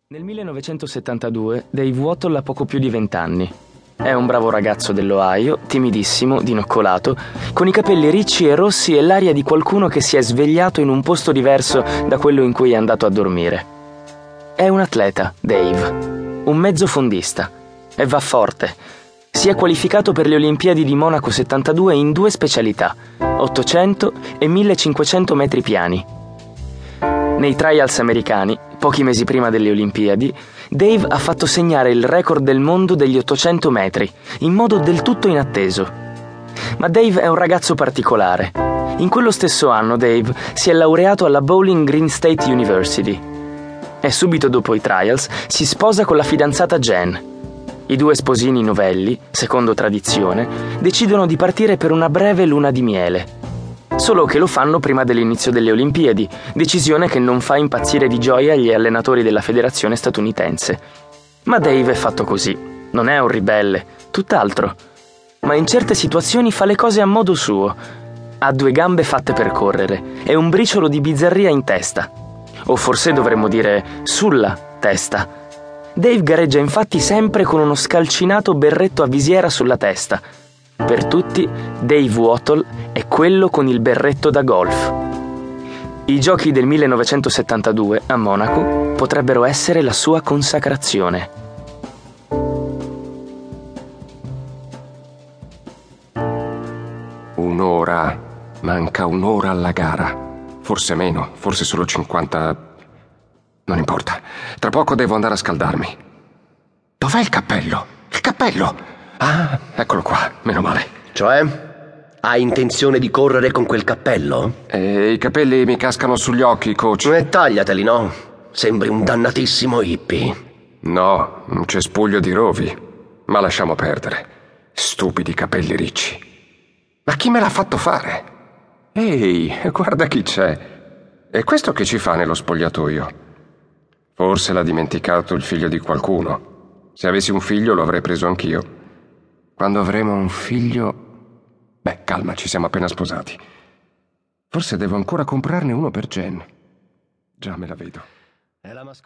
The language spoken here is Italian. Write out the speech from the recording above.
Nel 1972 Dave Wottle ha poco più di 20 anni. È un bravo ragazzo dell'Ohio, timidissimo, dinoccolato, con i capelli ricci e rossi e l'aria di qualcuno che si è svegliato in un posto diverso da quello in cui è andato a dormire. È un atleta, Dave, un mezzofondista, e va forte. Si è qualificato per le Olimpiadi di Monaco 72 in 2 specialità, 800 e 1500 metri piani. Nei trials americani, pochi mesi prima delle Olimpiadi, Dave ha fatto segnare il record del mondo degli 800 metri, in modo del tutto inatteso. Ma Dave è un ragazzo particolare. In quello stesso anno Dave si è laureato alla Bowling Green State University. E subito dopo i trials si sposa con la fidanzata Jen. I 2 sposini novelli, secondo tradizione, decidono di partire per una breve luna di miele. Solo che lo fanno prima dell'inizio delle Olimpiadi, decisione che non fa impazzire di gioia gli allenatori della federazione statunitense. Ma Dave è fatto così, non è un ribelle, tutt'altro. Ma in certe situazioni fa le cose a modo suo. Ha 2 gambe fatte per correre e un briciolo di bizzarria in testa. O forse dovremmo dire sulla testa. Dave gareggia infatti sempre con uno scalcinato berretto a visiera sulla testa. Per tutti, Dave Wottle è quello con il berretto da golf. I giochi del 1972 a Monaco potrebbero essere la sua consacrazione. Un'ora. Manca un'ora alla gara. Forse meno, forse solo 50... Non importa. Tra poco devo andare a scaldarmi. Dov'è il cappello? Il cappello! Ah, eccolo qua, meno male. Cioè? Hai intenzione di correre con quel cappello? I capelli mi cascano sugli occhi, coach. Tagliateli, no? Sembri un dannatissimo hippie. No, un cespuglio di rovi. Ma lasciamo perdere. Stupidi capelli ricci. Ma chi me l'ha fatto fare? Ehi, guarda chi c'è. E questo che ci fa nello spogliatoio? Forse l'ha dimenticato il figlio di qualcuno. Se avessi un figlio lo avrei preso anch'io. Quando avremo un figlio... Beh, calma, ci siamo appena sposati. Forse devo ancora comprarne uno per Jen. Già me la vedo.